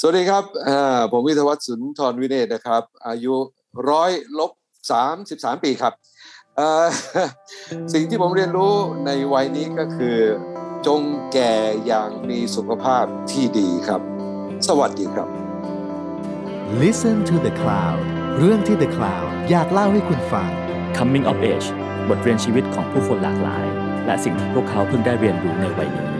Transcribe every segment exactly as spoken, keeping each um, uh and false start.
สวัสดีครับผมวิทยาวัฒน์สุนทรวิเนศนะครับอายุร้อยลบสามสิบสามปีครับสิ่งที่ผมเรียนรู้ในวัยนี้ก็คือจงแก่อย่างมีสุขภาพที่ดีครับสวัสดีครับ Listen to the Cloud เรื่องที่ The Cloud อยากเล่าให้คุณฟัง Coming of Age บทเรียนชีวิตของผู้คนหลากหลายและสิ่งที่พวกเขาเพิ่งได้เรียนรู้ในวัยนี้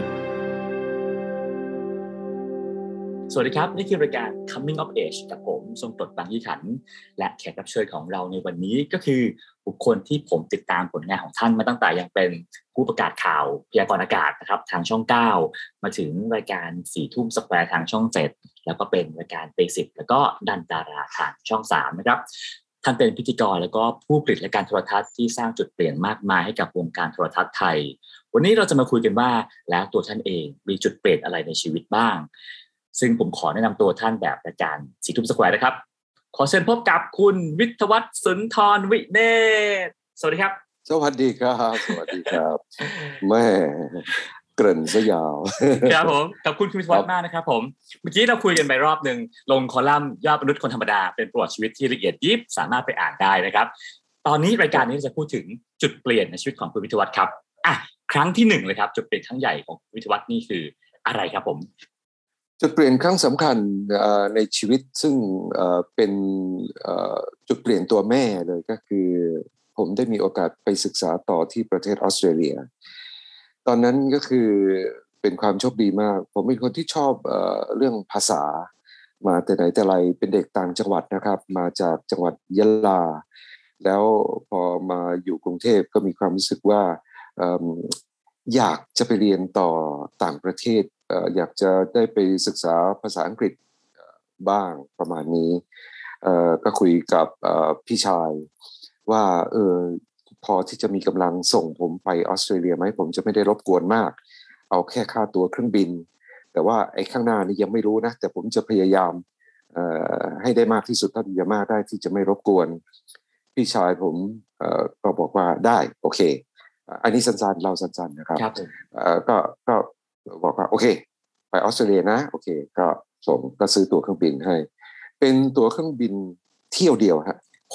สวัสดีครับนี่คือรายการ Coming of Age กับผมทรงกรดบางยี่ขันและแขกรับเชิญของเราในวันนี้ก็คือบุคคลที่ผมติดตามผลงานของท่านมาตั้งแต่ยังเป็นผู้ประกาศข่าวพยากรณ์อากาศนะครับทางช่องเก้ามาถึงรายการสี่ทุ่มสแควร์ทางช่องเจ็ดแล้วก็เป็นรายการเบสิกแล้วก็ดันดาราทางช่องสามนะครับท่านเป็นพิธีกรแล้วก็ผู้ผลิตรายการโทรทัศน์ที่สร้างจุดเปลี่ยนมากมายให้กับวงการโทรทัศน์ไทยวันนี้เราจะมาคุยกันว่าแล้วตัวท่านเองมีจุดเปลี่ยนอะไรในชีวิตบ้างซึ่งผมขอแนะนำตัวท่านแบบรายการสี่ทุ่มสแควร์นะครับขอเชิญพบกับคุณวิทยาวัฒน์สุนทรวิเนศสวัสดีครับสวัสดีครับสวัสดีครับแม่เกริ่นซะยาวครับผมขอบคุณคุณวิทยาวัฒน์มากนะครับผมเมื่อกี้เราคุยกันไปรอบนึงลงคอลัมน์ยอดมนุษย์คนธรรมดาเป็นประวัติชีวิตที่ละเอียดยิบสามารถไปอ่านได้นะครับตอนนี้รายการนี้จะพูดถึงจุดเปลี่ยนในชีวิตของคุณวิทยาวัฒน์ครับอ่ะครั้งที่หนึ่งเลยครับจุดเปลี่ยนครั้งใหญ่ของวิทยาวัฒน์นี่คืออะไรครับผมจุดเปลี่ยนครั้งสำคัญในชีวิตซึ่งเป็นจุดเปลี่ยนตัวแม่เลยก็คือผมได้มีโอกาสไปศึกษาต่อที่ประเทศออสเตรเลียตอนนั้นก็คือเป็นความโชคดีมากผมเป็นคนที่ชอบเอ่อเรื่องภาษามาแต่ไหนแต่ไรเป็นเด็กต่างจังหวัดนะครับมาจากจังหวัดยะลาแล้วพอมาอยู่กรุงเทพก็มีความรู้สึกว่าเอ่ออยากจะไปเรียนต่อต่างประเทศเอ่ออยากจะได้ไปศึกษาภาษาอังกฤษบ้างประมาณนี้เอ่อก็คุยกับเอ่อพี่ชายว่าเออพอที่จะมีกำลังส่งผมไปออสเตรเลียไหมผมจะไม่ได้รบกวนมากเอาแค่ค่าตั๋วเครื่องบินแต่ว่าไอ้ข้างหน้านี่ยังไม่รู้นะแต่ผมจะพยายามเอ่อให้ได้มากที่สุดเท่าที่จะมากได้ที่จะไม่รบกวนพี่ชายผมเอ่อก็บอกว่าได้โอเคอันนี้สั้นๆเราสั้นๆนะครับเอ่อก็ก็บอกว่าโอเคไปออสเตรเลียนะโอเคก็ส่งก็ซื้อตั๋วเครื่องบินให้เป็นตั๋วเครื่องบินเที่ยวเดียวฮะโห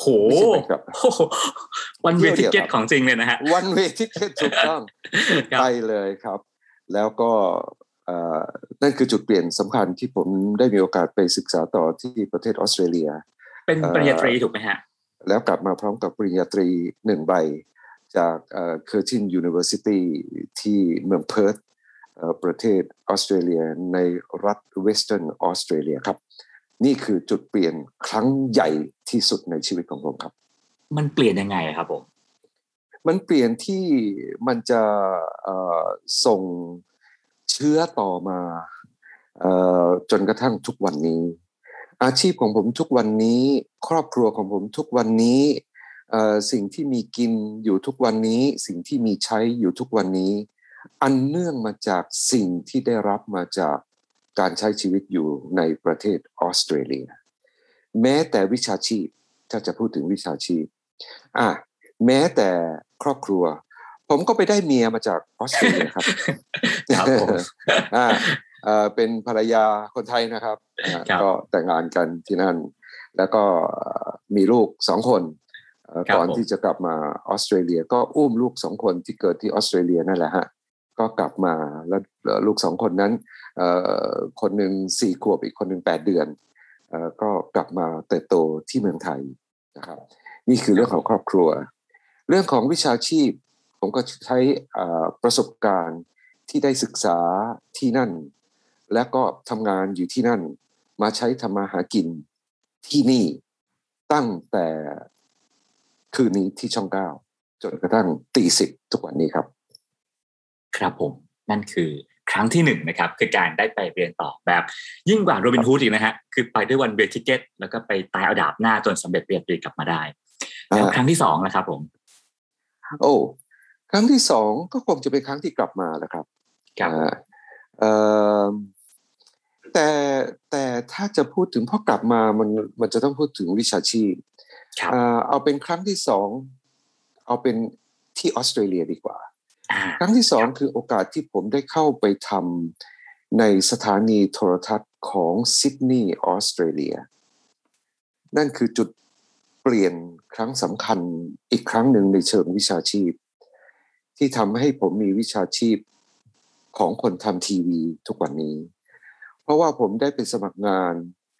วันเวทิเก็ตของจริงเลยนะฮะวันเวทิเก็ตถูกต้องไปเลยครับแล้วก็นั่นคือจุดเปลี่ยนสำคัญที่ผมได้มีโอกาสไปศึกษาต่อที่ประเทศออสเตรเลียเป็นปริญญาตรีถูกไหมฮะแล้วกลับมาพร้อมกับปริญญาตรีหนึ่งใบจากเอ่อ Curtin University ที่เมืองเพิร์ธประเทศออสเตรเลียในรัฐ Western Australia ครับนี่คือจุดเปลี่ยนครั้งใหญ่ที่สุดในชีวิตของผมครับมันเปลี่ยนยังไงครับผมมันเปลี่ยนที่มันจะส่งเชื้อต่อมาจนกระทั่งทุกวันนี้อาชีพของผมทุกวันนี้ครอบครัวของผมทุกวันนี้สิ่งที่มีกินอยู่ทุกวันนี้สิ่งที่มีใช้อยู่ทุกวันนี้อันเนื่องมาจากสิ่งที่ได้รับมาจากการใช้ชีวิตอยู่ในประเทศออสเตรเลียแม้แต่วิชาชีพถ้าจะพูดถึงวิชาชีพอ่ะแม้แต่ครอบครัวผมก็ไปได้เมียมาจากออสเตรเลียครับครับผมอ่าเอ่อเป็นภรรยาคนไทยนะครับก็แต่งงานกันที่นั่นแล้วก็มีลูกสองคนก่อนที่จะกลับมาออสเตรเลียก็อุ้มลูกสองคนที่เกิดที่ออสเตรเลียนั่นแหละฮะก็กลับมาแล้วลูกสองคนนั้นคนหนึ่งสี่ขวบอีกคนหนึ่งแปดเดือนก็กลับมาเติบโตที่เมืองไทยนะครับนี่คือเรื่องของครอบครัวเรื่องของวิชาชีพผมก็ใช้ประสบการณ์ที่ได้ศึกษาที่นั่นและก็ทำงานอยู่ที่นั่นมาใช้ทำมาหากินที่นี่ตั้งแต่คืนนี้ที่ช่องเก้าจนกระทั่งตีสิบทุกวันนี้ครับครับผมนั่นคือครั้งที่หนึ่งนะครับคือการได้ไปเรียนต่อแบบยิ่งกว่าโรบินฮูดอีกนะฮะคือไปด้วยวันเวทิเก็ตแล้วก็ไปตายเอาดาบหน้าจนสำเร็จปริญญาตรีกลับมาได้แล้วครั้งที่สองนะครับผมโอ้ครั้งที่สองก็คงจะเป็นครั้งที่กลับมาแหละครับครับเอ่อแต่แต่ถ้าจะพูดถึงพอกลับมามันมันจะต้องพูดถึงวิชาชีพเอาเป็นครั้งที่สองเอาเป็นที่ออสเตรเลียดีกว่าครั้งที่สองคือโอกาสที่ผมได้เข้าไปทำในสถานีโทรทัศน์ของซิดนีย์ออสเตรเลียนั่นคือจุดเปลี่ยนครั้งสำคัญอีกครั้งหนึ่งในเชิงวิชาชีพที่ทำให้ผมมีวิชาชีพของคนทำทีวีทุกวันนี้เพราะว่าผมได้ไปสมัครงาน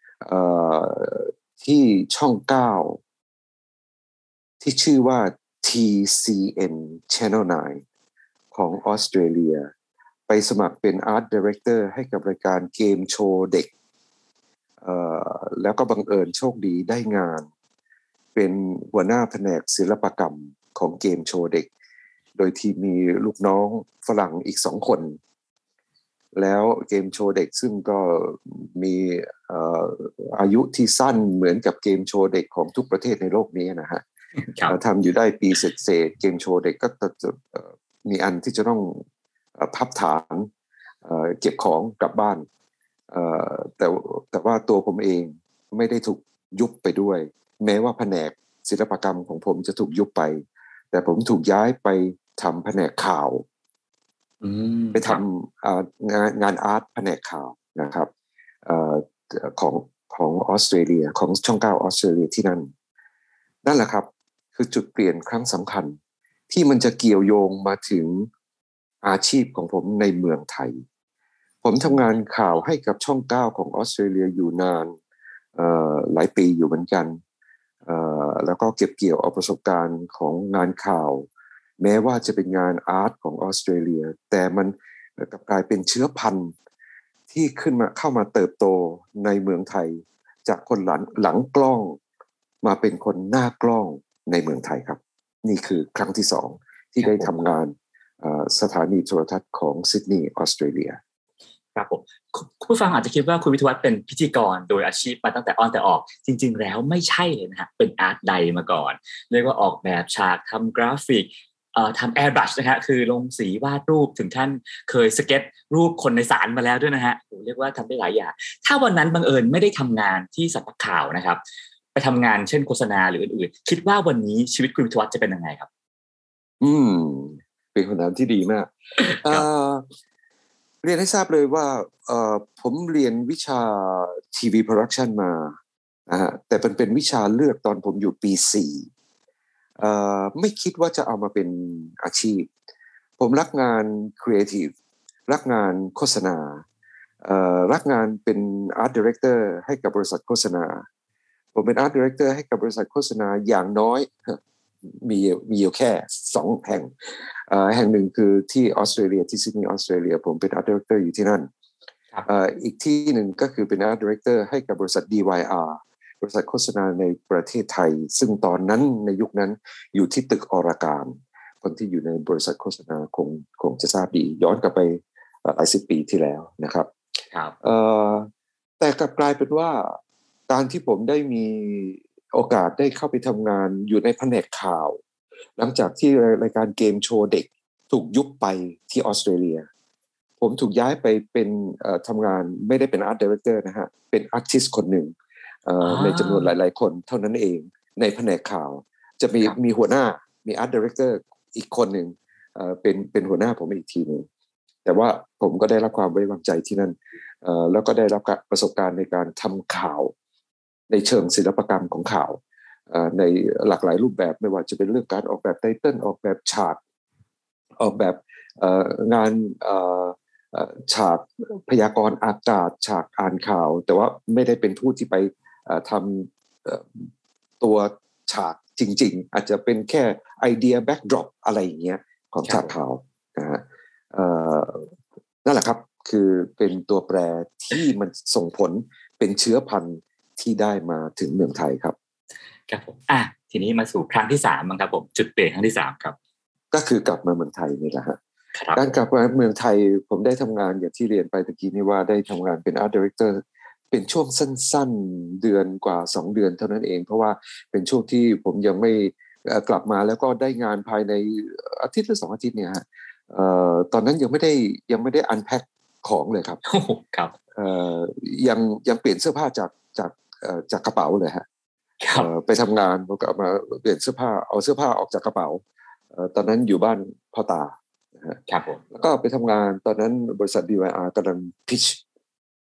ที่ช่องเก้าที่ชื่อว่า ที ซี เอ็น Channel ไนน์ของออสเตรเลียไปสมัครเป็น Art Director ให้กับรายการเกมโชว์เด็กแล้วก็บังเอิญโชคดีได้งานเป็นหัวหน้าแผนกศิลปกรรมของเกมโชว์เด็กโดยที่มีลูกน้องฝรั่งอีกสองคนแล้วเกมโชว์เด็กซึ่งก็มีอายุที่สั้นเหมือนกับเกมโชว์เด็กของทุกประเทศในโลกนี้นะฮะทำอยู่ได้ปีเศษๆเกมโชว์เด็กก็จะมีอันที่จะต้องพับฐานเก็บของกลับบ้านแต่แต่ว่าตัวผมเองไม่ได้ถูกยุบไปด้วยแม้ว่าแผนกศิลปกรรมของผมจะถูกยุบไปแต่ผมถูกย้ายไปทำแผนกข่าวไปทำงานงานอาร์ตแผนกข่าวนะครับของของออสเตรเลียของช่องเก้าออสเตรเลียที่นั่นนั่นแหละครับคือจุดเปลี่ยนครั้งสำคัญที่มันจะเกี่ยวโยงมาถึงอาชีพของผมในเมืองไทยผมทำงานข่าวให้กับช่องเก้าของออสเตรเลียอยู่นานหลายปีอยู่เหมือนกันแล้วก็เก็บเกี่ยวเอาประสบการณ์ของงานข่าวแม้ว่าจะเป็นงานอาร์ตของออสเตรเลียแต่มันกลับกลายเป็นเชื้อพันธุ์ที่ขึ้นมาเข้ามาเติบโตในเมืองไทยจากคนหลังหลังกล้องมาเป็นคนหน้ากล้องในเมืองไทยครับนี่คือครั้งที่สองที่ได้ทำงานสถานีโทรทัศน์ของซิดนีย์ออสเตรเลียครับผมคุณผู้ฟังอาจจะคิดว่าคุณวิทยวัฒน์เป็นพิธีกรโดยอาชีพมาตั้งแต่อ้อนแต่ออกจริงๆแล้วไม่ใช่เลยนะฮะเป็นอาร์ตไดมาก่อนเรียกว่าออกแบบฉากทำกราฟิกเอ่อทำแอร์บรัชนะฮะคือลงสีวาดรูปถึงขั้นเคยสเก็ตรูปคนในศาลมาแล้วด้วยนะฮะเรียกว่าทำได้หลายอย่างถ้าวันนั้นบังเอิญไม่ได้ทำงานที่สำนักข่าวนะครับไปทำงานเช่นโฆษณาหรืออื่นๆคิดว่าวันนี้ชีวิตคุณวิทยวัฒน์จะเป็นยังไงครับอืมเป็นคำถามที่ดีมากเอ่อเรียนให้ทราบเลยว่าเอ่อผมเรียนวิชาทีวีโปรดักชันมานะฮะแต่เป็นเป็นวิชาเลือกตอนผมอยู่ปีสี่เอ่อไม่คิดว่าจะเอามาเป็นอาชีพผมรักงานครีเอทีฟรักงานโฆษณาเอ่อรักงานเป็นอาร์ตดีเรคเตอร์ให้กับบริษัทโฆษณาผมเป็นอาร์ตดีเรคเตอร์ให้กับบริษัทโฆษณาอย่างน้อยมีมีอยู่แค่สองแห่งแห่งหนึ่งคือที่ออสเตรเลียที่ซิดนีย์ออสเตรเลียผมเป็นอาร์ตดีเรคเตอร์อยู่ที่นั่นอีกที่หนึ่งก็คือเป็นอาร์ตดีเรคเตอร์ให้กับบริษัท ดี วาย อาร์ บริษัทโฆษณาในประเทศไทยซึ่งตอนนั้นในยุคนั้นอยู่ที่ตึกอรการคนที่อยู่ในบริษัทโฆษณาคงคงจะทราบดีย้อนกลับไปหลายสิบปีที่แล้วนะครับแต่กลับกลายเป็นว่าการที่ผมได้มีโอกาสได้เข้าไปทำงานอยู่ในแผนกข่าวหลังจากที่รายการเกมโชว์เด็กถูกยุบไปที่ออสเตรเลียผมถูกย้ายไปเป็นทำงานไม่ได้เป็นอาร์ตดีเรคเตอร์นะฮะเป็นอาร์ติสต์คนหนึ่งในจำนวนหลายๆคนเท่านั้นเองในแผนกข่าวจะมีมีหัวหน้ามีอาร์ตดีเรคเตอร์อีกคนหนึ่งเป็นเป็นหัวหน้าผมอีกทีนึงแต่ว่าผมก็ได้รับความไว้วางใจที่นั่นแล้วก็ได้รับประสบการณ์ในการทำข่าวในเชิงศิลปกรรมของข่าวในหลากหลายรูปแบบไม่ว่าจะเป็นเรื่องการออกแบบไตเติ้ลออกแบบฉากออกแบบงานฉากพยากรณ์อากาศฉากอ่านข่าวแต่ว่าไม่ได้เป็นผู้ที่ไปทำตัวฉากจริงๆอาจจะเป็นแค่ไอเดียแบ็กดรอปอะไรอย่างเงี้ยของฉากข่าวนะฮะนั่นแหละครับคือเป็นตัวแปรที่มันส่งผลเป็นเชื้อพันธุ์ที่ได้มาถึงเมืองไทยครับครับผมอ่ะทีนี้มาสู่ครั้งที่สามมั้งครับผมจุดเปลี่ยนครั้งที่สามครับก็คือกลับมาเมืองไทยนี่แหละฮะการกลับมาเมืองไทยผมได้ทำงานอย่างที่เรียนไปตะกี้นี่ว่าได้ทำงานเป็น Art Director เป็นช่วงสั้นๆเดือนกว่าสองเดือนเท่านั้นเองเพราะว่าเป็นช่วงที่ผมยังไม่กลับมาแล้วก็ได้งานภายในอาทิตย์หรือสองอาทิตย์เนี่ยฮะตอนนั้นยังไม่ได้ยังไม่ได้อันแพ็คของเลยครับครับยังยังเปลี่ยนเสื้อผ้าจากจากจากกระเป๋าเลยฮะไปทำงานผมก็มาเปลี่ยนเสื้อผ้าเอาเสื้อผ้าออกจากกระเป๋าตอนนั้นอยู่บ้านพ่อตาครับผมแล้วก็ไปทำงานตอนนั้นบริษัท ดี วาย อาร์ กำลังพิช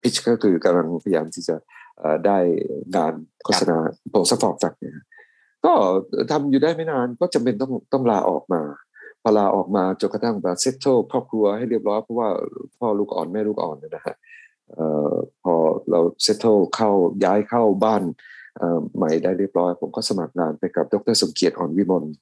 พิชก็คือกำลังพยายามที่จะได้งานโฆษณาโปรซัฟฟอร์กจากเนี่ยก็ทำอยู่ได้ไม่นานก็จำเป็นต้องต้องลาออกมาพอลาออกมาจนกระทั่งแบบเซตโตครอบครัวให้เรียบร้อยเพราะว่าพ่อลูกอ่อนแม่ลูกอ่อนนะฮะเอ่อพอเราเซตโตเข้าย้ายเข้าบ้านใหม่ได้เรียบร้อยผมก็สมัครงานไปกับดร.สมเกียรติอ่อนวิมล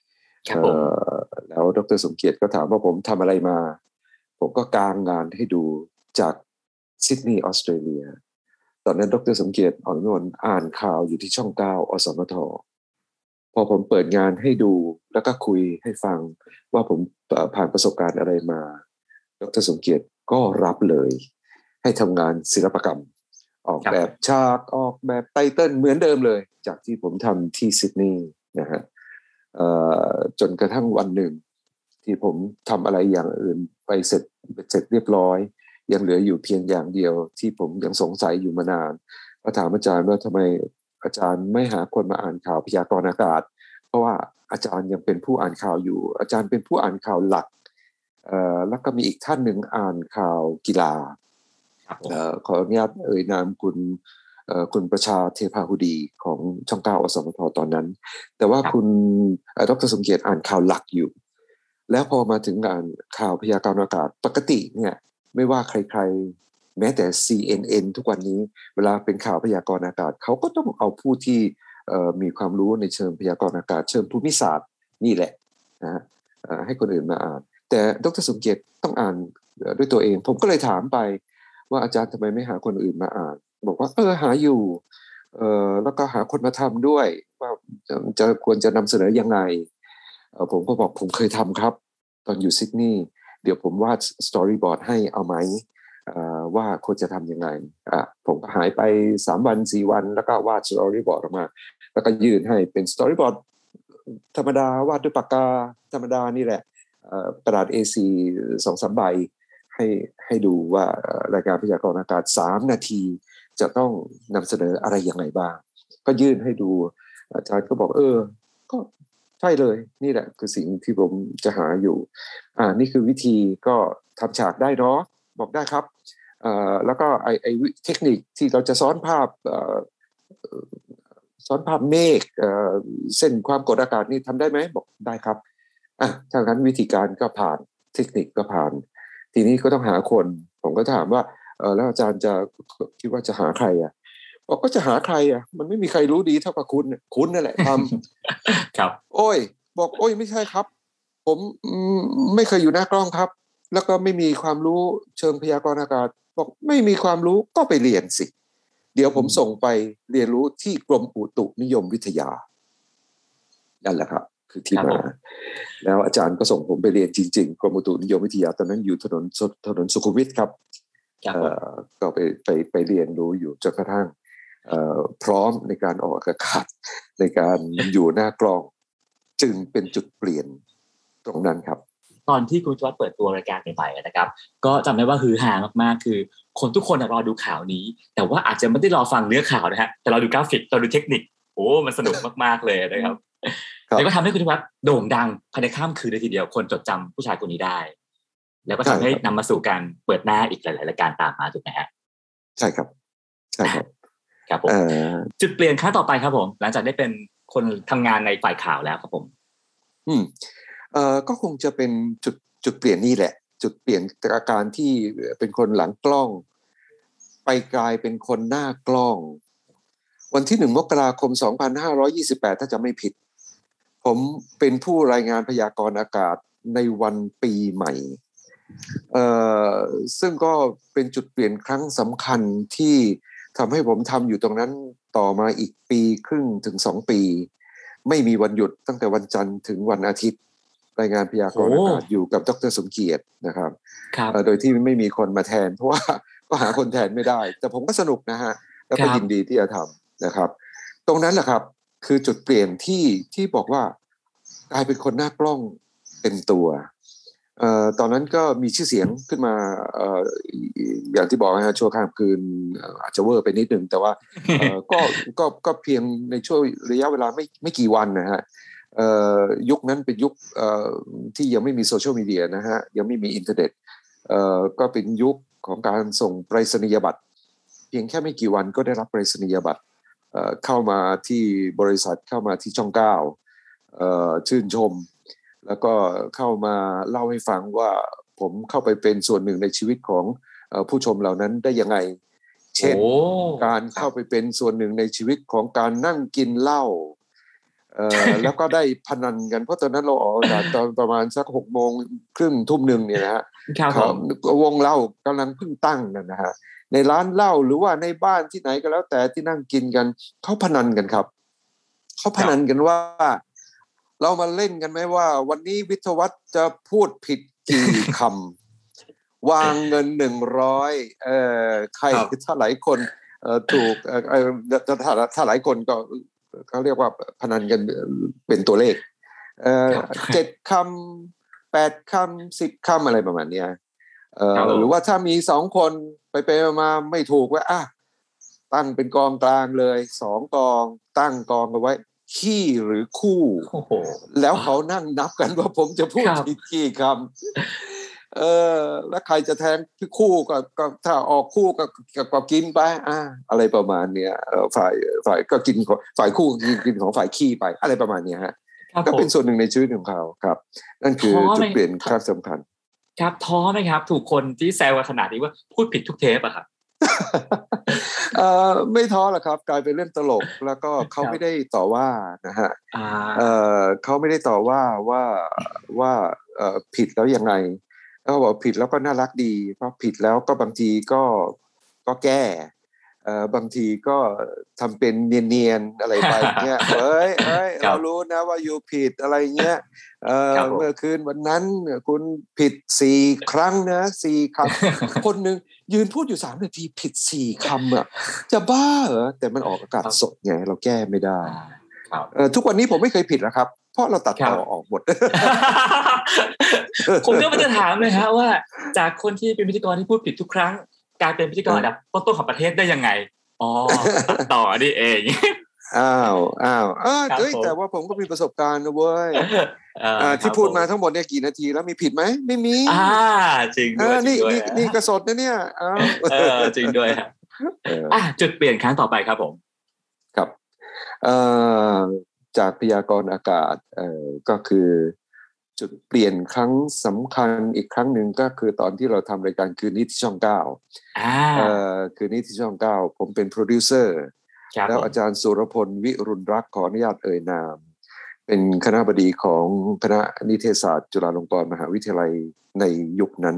แล้วดร.สมเกียรติก็ถามว่าผมทำอะไรมาผมก็กางงานให้ดูจากซิดนีย์ออสเตรเลียตอนนั้นดร.สมเกียรติอ่อนวิมลอ่านข่าวอยู่ที่ช่องเก้าอสมทพอผมเปิดงานให้ดูแล้วก็คุยให้ฟังว่าผมผ่านประสบการณ์อะไรมาดร.สมเกียรติก็รับเลยให้ทำงานศิลปกรรมออกแบบฉากออกแบบไตเติ้ลเหมือนเดิมเลยจากที่ผมทำที่ซิดนีย์นะฮะจนกระทั่งวันหนึ่งที่ผมทำอะไรอย่างอื่นไปเสร็จเสร็จเรียบร้อยยังเหลืออยู่เพียงอย่างเดียวที่ผมยังสงสัยอยู่มานานก็ถามอาจารย์ว่าทำไมอาจารย์ไม่หาคนมาอ่านข่าวพยากรณ์อากาศเพราะว่าอาจารย์ยังเป็นผู้อ่านข่าวอยู่อาจารย์เป็นผู้อ่านข่าวหลักแล้วก็มีอีกท่านหนึ่งอ่านข่าวกีฬาขออนุญาตเอ่ยนามคุณคุณประชาเทพาหุดีของช่องเก้าอสมทตอนนั้นแต่ว่าคุณดร.สมเกียรติอ่านข่าวหลักอยู่แล้วพอมาถึงงานข่าวพยากรณ์อากาศปกติเนี่ยไม่ว่าใครๆแม้แต่ ซี เอ็น เอ็น ทุกวันนี้เวลาเป็นข่าวพยากรณ์อากาศเขาก็ต้องเอาผู้ที่มีความรู้ในเชิงพยากรณ์อากาศเชิงภูมิศาสตร์นี่แหละนะให้คนอื่นมาอ่านแต่ดร.สมเกียรติต้องอ่านด้วยตัวเองผมก็เลยถามไปว่าอาจารย์ทำไมไม่หาคนอื่นมาอ่านบอกว่าเออหาอยู่เออแล้วก็หาคนมาทำด้วยว่าจะจะควรจะนำเสนอยังไงเออผมก็บอกผมเคยทำครับตอนอยู่ซิดนีย์เดี๋ยวผมวาดสตอรี่บอร์ดให้เอาไหมว่าควรจะทำยังไงอ่ะผมก็หายไปสามวันสี่วันแล้วก็วาดสตอรี่บอร์ดออกมาแล้วก็ยื่นให้เป็นสตอรี่บอร์ดธรรมดาวาดด้วยปากกาธรรมดานี่แหละกระดาษ เอ โฟร์ สองสามใบให้ให้ดูว่ารายการพยากรณ์อากาศสามนาทีจะต้องนำเสนออะไรอย่างไรบ้างก็ยื่นให้ดูอาจารย์ก็บอกเออก็ใช่เลยนี่แหละคือสิ่งที่ผมจะหาอยู่อ่านี่คือวิธีก็ทำฉากได้เนาะบอกได้ครับอ่าแล้วก็ไอไอเทคนิคที่เราจะซ้อนภาพอ่าซ้อนภาพเมฆเอ่อเส้นความกดอากาศนี่ทำได้ไหมบอกได้ครับอ่ะถ้างั้นวิธีการก็ผ่านเทคนิคก็ผ่านทีนี้ก็ต้องหาคนผมก็ถามว่าเออแล้วอาจารย์จะคิดว่าจะหาใครอ่ะบอกก็จะหาใครอ่ะมันไม่มีใครรู้ดีเท่ากับคุณคุณนั่นแหละทำครับโอ้ยบอกโอ้ยไม่ใช่ครับผมไม่เคยอยู่หน้ากล้องครับแล้วก็ไม่มีความรู้เชิงพยากรณ์อากาศบอกไม่มีความรู้ก็ไปเรียนสิเดี๋ยวผมส่งไปเรียนรู้ที่กรมอุตุนิยมวิทยานั่นแหละครับคือที่มาแล้วอาจารย์ก็ส่งผมไปเรียนจริงๆกรมอุตุนิยมวิทยาตอนนั้นอยู่ถนนถนนสุขุมวิทครับก็ไปไปไปเรียนรู้อยู่จนกระทั่งพร้อมในการออกอากาศในการอยู่หน้ากล้องจึงเป็นจุดเปลี่ยนตรงนั้นครับตอนที่คุณจอร์จเปิดตัวรายการใหม่ๆนะครับก็จำได้ว่าฮือฮามากๆคือคนทุกคนรอดูข่าวนี้แต่ว่าอาจจะไม่ได้รอฟังเนื้อข่าวนะฮะแต่เราดูกราฟิกเราดูเทคนิคโอ้มันสนุกมากๆเลยนะครับแล้วก็ทำให้คุณจอร์จโด่งดังภายในข้ามคืนเลยทีเดียวคนจดจำผู้ชายคนนี้ได้แล้วก็ทำให้นำมาสู่การเปิดหน้าอีกหลายๆรายการตามมาถูกไหมฮะใช่ครับใช่ครับครับผมจุดเปลี่ยนครั้งต่อไปครับผมหลังจากได้เป็นคนทำงานในฝ่ายข่าวแล้วครับผมอืมเอ่อก็คงจะเป็นจุดจุดเปลี่ยนนี่แหละจุดเปลี่ยนจากการที่เป็นคนหลังกล้องไปกลายเป็นคนหน้ากล้องวันที่หนึ่งมกราคมสองพันห้าร้อยยี่สิบแปดถ้าจะไม่ผิดผมเป็นผู้รายงานพยากรณ์อากาศในวันปีใหม่เอ่อซึ่งก็เป็นจุดเปลี่ยนครั้งสำคัญที่ทำให้ผมทำอยู่ตรงนั้นต่อมาอีกปีครึ่งถึงสองปีไม่มีวันหยุดตั้งแต่วันจันทร์ถึงวันอาทิตย์รายงานพยากรณ์อากาศอยู่กับดร.สมเกียรตินะครับโดยที่ไม่มีคนมาแทนเพราะว่าก็หาคนแทนไม่ได้แต่ผมก็สนุกนะฮะแล้วก็ยินดีที่จะทำนะครับตรงนั้นแหละครับคือจุดเปลี่ยนที่ที่บอกว่ากลายเป็นคนหน้ากล้องเต็มตัวเอ่อตอนนั้นก็มีชื่อเสียงขึ้นมาเอ่ออย่างที่บอกนะฮะชั่วข้ามคืนอาจจะเวอร์ไปนิดนึงแต่ว่าเอ่อก็ก็ก็เพียงในช่วงระยะเวลาไม่ไม่กี่วันนะฮะเอ่อยุคนั้นเป็นยุคเอ่อที่ยังไม่มีโซเชียลมีเดียนะฮะยังไม่มีอินเทอร์เน็ตเอ่อก็เป็นยุคของการส่งไปรษณียบัตรพียงแค่ไม่กี่วันก็ได้รับไปรษณียบัตรเอ่อเข้ามาที่บริษัทเข้ามาที่ช่องเก้าเอ่อชื่นชมแล้วก็เข้ามาเล่าให้ฟังว่าผมเข้าไปเป็นส่วนหนึ่งในชีวิตของเอ่อผู้ชมเหล่านั้นได้ยังไงเช่นการเข้าไปเป็นส่วนหนึ่งในชีวิตของการนั่งกินเหล้าเอ่อ แล้วก็ได้พนันกันเพราะตอนนั้นเราออกอากาศตอนประมาณสักหกโมงครึ่งทุ่มหนึ่งเนี่ยนะฮะวงเหล้ากำลังเพิ่งตั้งนั่นนะฮะในร้านเหล้าหรือว่าในบ้านที่ไหนก็แล้วแต่ที่นั่งกินกันเขาพนันกันครับเขาพนันกันว่าเรามาเล่นกันไหมว่าวันนี้วิทยวัฒน์จะพูดผิดกี่คำวางเงินหนึ่งร้อยเอ่อใครถ้าหลายคนเอ่อถูกเอ่อถ้าถ้าหลายคนก็เขาเรียกว่าพนันกันเป็นตัวเลขเอ่อเจ็ดคำแปดคำสิบคำอะไรประมาณนี้เอ่อหรือว่าถ้ามีสองคนไปไปมาไม่ถูกว่าอ่ะตั้งเป็นกองกลางเลยสองกองตั้งกองเอาไว้ขี้หรือคู่แล้วเขานั่งนับกันว่าผมจะพูดผิดกี่คำเออแล้วใครจะแทงคู่ก็ก็ถ้าออกคู่ก็ก็กินไปอ่ะอะไรประมาณเนี้ยฝ่ายฝ่ายก็กินฝ่ายคู่กินของฝ่ายขี้ไปอะไรประมาณเนี้ยฮะก็เป็นส่วนหนึ่งในชีวิตของเขาครับนั่นคือจุดเปลี่ยนครั้งสำคัญครับท้อไหมครับถูกคนที่แซวกันขนาดนี้ว่าพูดผิดทุกเทปอะครับเอ่อไม่ท้อหรอกครับกลายเป็นเรื่องตลกแล้วก็เขาไม่ได้ต่อว่านะฮะเอ่อเขาไม่ได้ต่อว่าว่าว่าเอ่อผิดแล้วยังไงเขาบอกผิดแล้วก็น่ารักดีเพราะผิดแล้วก็บางทีก็ก็แก้เอ่อบางทีก็ทำเป็นเนียนๆอะไรไปเงี้ยเอ้ยเอ้ยเรารู้นะว่าอยู่ผิดอะไรเงี้ยเอ่อเมื่อคืนวันนั้นคุณผิดสี่ครั้งนะสี่คำคนนึงยืนพูดอยู่สามนาทีผิดสี่คำอ่ะจะบ้าเหรอแต่มันออกอากาศสดไงเราแก้ไม่ได้เอ่อทุกวันนี้ผมไม่เคยผิดแล้วครับเพราะเราตัดต่อออกหมดผมก็จะถามเลยฮะว่าจากคนที่เป็นพิธีกรที่พูดผิดทุกครั้งกลายเป็นพิธีกรอันดับต้นๆของประเทศได้ยังไงอ๋อตัดต่อนี่เองอ้าวอ้าวเออแต่ว่าผมก็มีประสบการณ์นะเว้ยที่พูดมาทั้งหมดเนี่ยกี่นาทีแล้วมีผิดไหมไม่มีอ่าจริงด้วยนี่นี่นี่กระสดนะเนี่ยเออจริงด้วยฮะอ่ะจุดเปลี่ยนครั้งต่อไปครับผมครับเอ่อจากพยากรณ์อากาศเอ่อก็คือจุดเปลี่ยนครั้งสำคัญอีกครั้งหนึ่งก็คือตอนที่เราทำรายการคืนนี้ที่ช่องเก้าเอ่อคืนนี้ที่ช่องเก้าผมเป็นโปรดิวเซอร์แล้วอาจารย์สุรพลวิรุณรักษ์ขออนุญาตเอ่ยนามเป็นคณบดีของคณะนิเทศศาสตร์จุฬาลงกรณ์มหาวิทยาลัยในยุคนั้น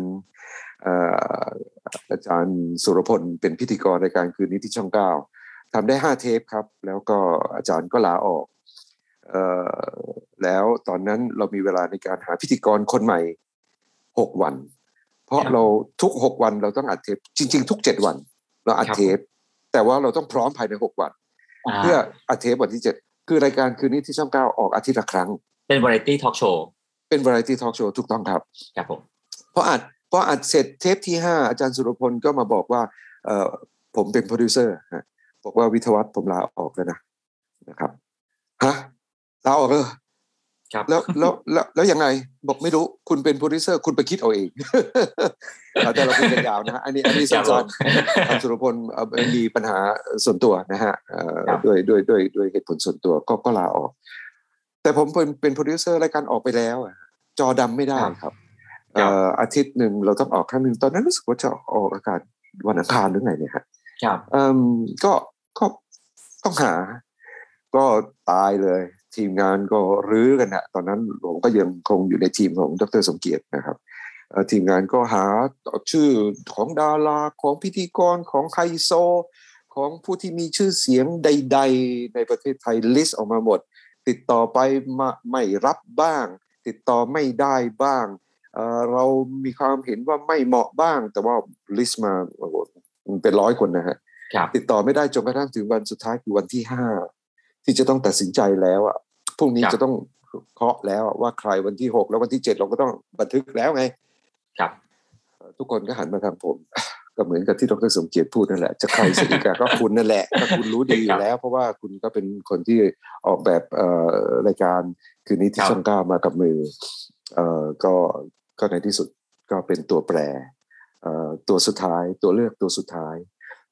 อาจารย์สุรพลเป็นพิธีกรรายการคืนนี้ที่ช่องเก้าทำได้ห้าเทปครับแล้วก็อาจารย์ก็ลาออกเอ่อแล้วตอนนั้นเรามีเวลาในการหาพิธีกรคนใหม่หกวันเพราะเราทุกหกวันเราต้องอัดเทปจริงๆทุกเจ็ดวันเราอัดเทปแต่ว่าเราต้องพร้อมภายในหกวันเพื่ออัดเทปวันที่เจ็ดคือรายการคืนนี้ที่ช่องเก้าออกอาทิตย์ละครั้งเป็นวาไรตี้ทอล์กโชว์เป็นวาไรตี้ทอล์กโชว์ถูกต้องครับครับผมพออัดพออัดเสร็จเทปที่ห้าอาจารย์สุรพลก็มาบอกว่าเอ่อผมเป็นโปรดิวเซอร์ฮะบอกว่าวิทยวัฒน์ผมลาออกแล้วนะนะครับฮะลาออกเลยแล้วแล้วแล้วแล้วยังไงบอกไม่รู้คุณเป็นโปรดิวเซอร์คุณไปคิดเอาเองแต่เราคุยกันยาวนะอันนี้อันนี้สั้นๆอาจารย์สุรพลมีปัญหาส่วนตัวนะฮะด้วยด้วยด้วยด้วยเหตุผลส่วนตัวก็ก็ลาออกแต่ผมเป็นเป็นโปรดิวเซอร์รายการออกไปแล้วจอดำไม่ได้ครับอาทิตย์หนึ่งเราต้องออกครั้งหนึ่งตอนนั้นรู้สึกว่าจะออกอากาศวันอังคารหรือไงเนี่ยฮะก็ก็ต้องหาก็ตายเลยทีมงานก็รื้อกันนะตอนนั้นผมก็ยังคงอยู่ในทีมของดร.สมเกียรตินะครับทีมงานก็หาชื่อของดาราของพิธีกรของไฮโซของผู้ที่มีชื่อเสียงใดๆในประเทศไทยลิสต์ออกมาหมดติดต่อไปไม่รับบ้างติดต่อไม่ได้บ้างเอ่อเรามีความเห็นว่าไม่เหมาะบ้างแต่ว่าลิสต์มาเป็นร้อยคนนะฮะติดต่อไม่ได้จนกระทั่งถึงวันสุดท้ายคือวันที่ห้าที่จะต้องตัดสินใจแล้วอ่ะพรุ่งนี้จะต้องเคาะแล้วว่าใครวันที่หกแล้ววันที่เจ็ดเราก็ต้องบันทึกแล้วไงครับทุกคนก็หันมาทางผมก็เหมือนกับที่ดร.สมเกียรติพูดนั่นแหละจะใครสิกาก็คุณนั่นแหละก็คุณรู้ดีอยู่แล้วเพราะว่าคุณก็เป็นคนที่ออกแบบเอ่อรายการคืนนี้ที่ช่องเก้ามากับมือเอ่อก็ก็ในที่สุดก็เป็นตัวแปรเอ่อตัวสุดท้ายตัวเลือกตัวสุดท้าย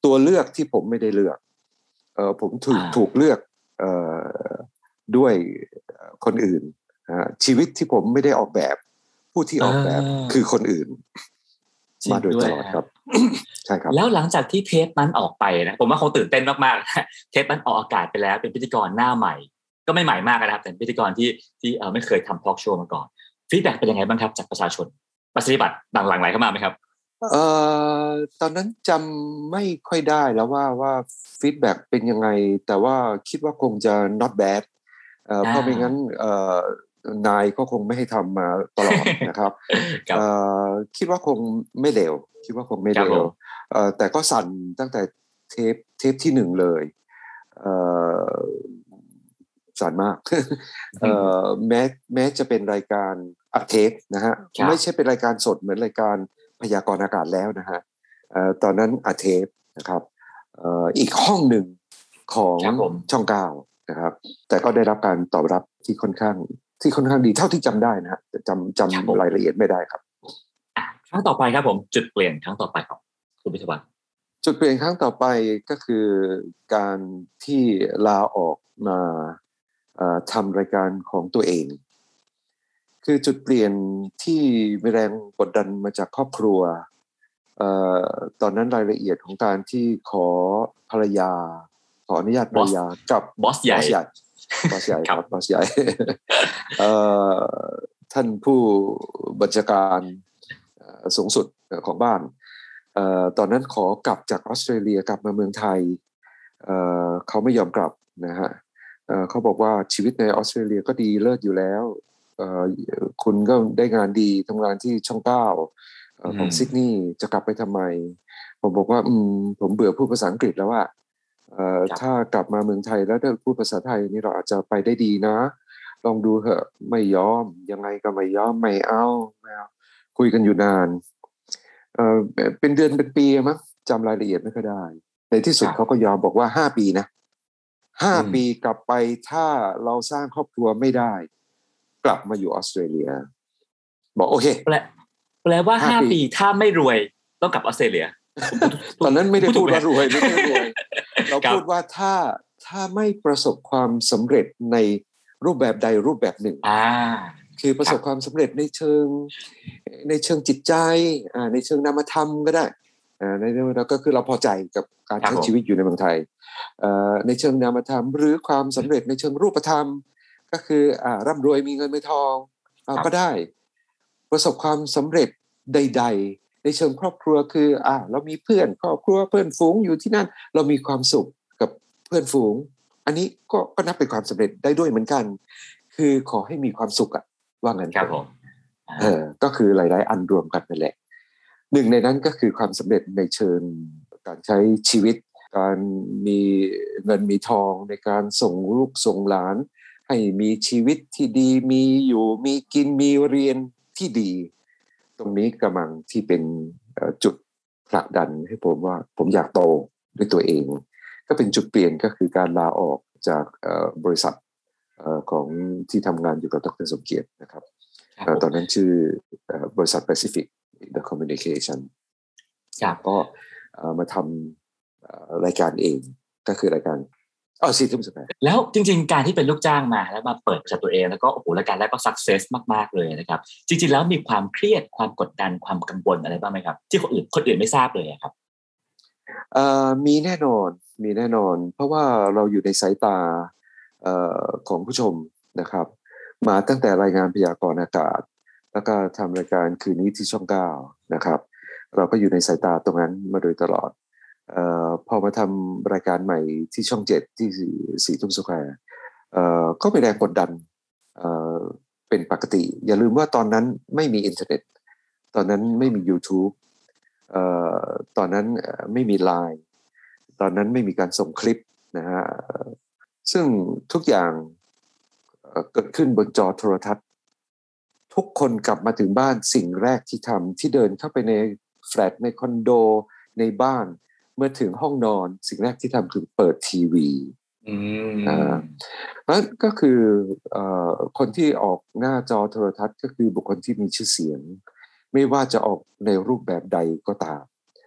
ตัวเลือกที่ผมไม่ได้เลือกเอ่อผมถูกถูกเลือกเอ่อด้วยคนอื่นชีวิตที่ผมไม่ได้ออกแบบผู้ที่ออกแบบคือคนอื่นมาโดยตลอดครับใช่ครับแล้วหลังจากที่เทปนั้นออกไปนะผมว่าคงตื่นเต้นมากๆเทปนั้นออกอากาศไปแล้วเป็นพิธีกรหน้าใหม่ก็ไม่ใหม่มากนะครับแต่พิธีกรที่ที่เอ่อไม่เคยทำทอล์กโชว์มาก่อนฟีดแบ็กเป็นยังไงบ้างครับจากประชาชนปฏิบัติหลั่งไหลเข้ามาไหมครับเอ่อตอนนั้นจำไม่ค่อยได้แล้วว่าว่าฟีดแบ็กเป็นยังไงแต่ว่าคิดว่าคงจะ not bad เอ่อเพราะไม่งั้นเอ่อนายก็คงไม่ให้ทำมาตลอดนะครับเอ่อคิดว่าคงไม่เลวคิดว่าคงไม่เลวเอ่อแต่ก็สั่นตั้งแต่เทปเทปที่หนึ่งเลยเอ่อสั่นมากเอ่อแม้แม้จะเป็นรายการอัดเทปนะฮะไม่ใช่เป็นรายการสดเหมือนรายการพยากรณ์อากาศแล้วนะฮะเอ่อตอนนั้นอัดเทปนะครับเอ่ออีกห้องหนึ่งของช่องเก้านะครับแต่ก็ได้รับการตอบรับที่ค่อนข้างที่ค่อนข้างดีเท่าที่จำได้นะฮะจำจำรายละเอียดไม่ได้ครับครั้งต่อไปครับผมจุดเปลี่ยนครั้งต่อไปครับคุณพิทวัฒน์จุดเปลี่ยนครั้งต่อไปก็คือการที่ลาออกมาทำรายการของตัวเองคือจุดเปลี่ยนที่มีแรงกดดันมาจากครอบครัวเอ่อตอนนั้นรายละเอียดของการที่ขอภรรยาขออนุญาตภรรยากับบอสใหญ่บอสใหญ่ครับบอสใหญ่เอ่อท่านผู้บัญชาการสูงสุดของบ้านเอ่อตอนนั้นขอกลับจากออสเตรเลียกลับมาเมืองไทยเอ่อเขาไม่ยอมกลับนะฮะเอ่อเขาบอกว่าชีวิตในออสเตรเลียก็ดีเลิศอยู่แล้วเอ่อคุณก็ได้งานดีทำงานที่ช่องเก้าของซิดนีย์จะกลับไปทำไมผมบอกว่าอืมผมเบื่อพูดภาษาอังกฤษแล้วว่าเอ่อถ้ากลับมาเมืองไทยแล้วถ้าพูดภาษาไทยนี่เราอาจจะไปได้ดีนะลองดูเถอะไม่ยอมยังไงก็ไม่ยอมไม่เอาไม่เอาคุยกันอยู่นานเอ่อเป็นเดือนเป็นปีมั้งจำรายละเอียดไม่ค่อยได้ในที่สุดเขาก็ยอมบอกว่าห้าปีนะห้าปีกลับไปถ้าเราสร้างครอบครัวไม่ได้กลับมาอยู่ออสเตรเลียบอกโอเคแปลแปลว่าห้าปีถ้าไม่รวยต้องกลับออสเตรเลียตอนนั้นไม่ได้พูดว่ารวยไม่ได้รวยเราพูดว่าถ้าถ้าไม่ประสบความสำเร็จในรูปแบบใดรูปแบบหนึ่งคือประสบความสำเร็จในเชิงในเชิงจิตใจในเชิงนามธรรมก็ได้ในเราก็คือเราพอใจกับการใช้ชีวิตอยู่ในเมืองไทยในเชิงนามธรรมหรือความสำเร็จในเชิงรูปธรรมก็คือร่ำรวยมีเงินมีทองก็ได้ประสบความสำเร็จใดๆในเชิงครอบครัวคืออ่าเรามีเพื่อนครอบครัวเพื่อนฝูงอยู่ที่นั่นเรามีความสุขกับเพื่อนฝูงอันนี้ก็ก็นับเป็นความสำเร็จได้ด้วยเหมือนกันคือขอให้มีความสุขอะว่างั้นครับผมเออก็คือหลายๆอันรวมกันนั่นแหละหนึ่งในนั้นก็คือความสำเร็จในเชิงการใช้ชีวิตการมีเงินมีทองในการส่งลูกส่งหลานให้มีชีวิตที่ดีมีอยู่มีกินมีเรียนที่ดีตรงนี้กำลังที่เป็นจุดผลักดันให้ผมว่าผมอยากโตด้วยตัวเองก็เป็นจุดเปลี่ยนก็คือการลาออกจากบริษัทของที่ทำงานอยู่กับดร.สมเกียรตินะครับตอนนั้นชื่อบริษัท Pacific The Communication ก็มาทำรายการเองก็คือรายการอ๋อสี่ทุ่มสิบแปดแล้วจริงๆการที่เป็นลูกจ้างมาแล้วมาเปิดบริษัทตัวเองแล้วก็โอ้โหรายการแรกก็สักเซสมากๆเลยนะครับจริงๆแล้วมีความเครียดความกดดันความกังวลอะไรบ้างไหมครับที่คนอื่นคนอื่นไม่ทราบเลยครับเอ่อมีแน่นอนมีแน่นอนเพราะว่าเราอยู่ในสายตาเอ่อของผู้ชมนะครับมาตั้งแต่รายงานพยากรณ์อากาศแล้วก็ทำรายการคืนนี้ที่ช่องเก้านะครับเราก็อยู่ในสายตาตรงนั้นมาโดยตลอดเอ่อพอมาทำรายการใหม่ที่ช่องเจ็ดที่สี่ทุ่มสแควร์เอ่อก็เป็นแรงกดดันเอ่อเป็นปกติอย่าลืมว่าตอนนั้นไม่มีอินเทอร์เน็ตตอนนั้นไม่มี YouTube เอ่อตอนนั้นไม่มี ไลน์ ตอนนั้นไม่มีการส่งคลิปนะฮะซึ่งทุกอย่างเกิดขึ้นบนจอโทรทัศน์ทุกคนกลับมาถึงบ้านสิ่งแรกที่ทำที่เดินเข้าไปในแฟลตในคอนโดในบ้านเมื่อถึงห้องนอนสิ่งแรกที่ทำคือเปิดทีวีอ่าแล้วก็คือคนที่ออกหน้าจอโทรทัศน์ก็คือบุคคลที่มีชื่อเสียงไม่ว่าจะออกในรูปแบบใดก็ตาม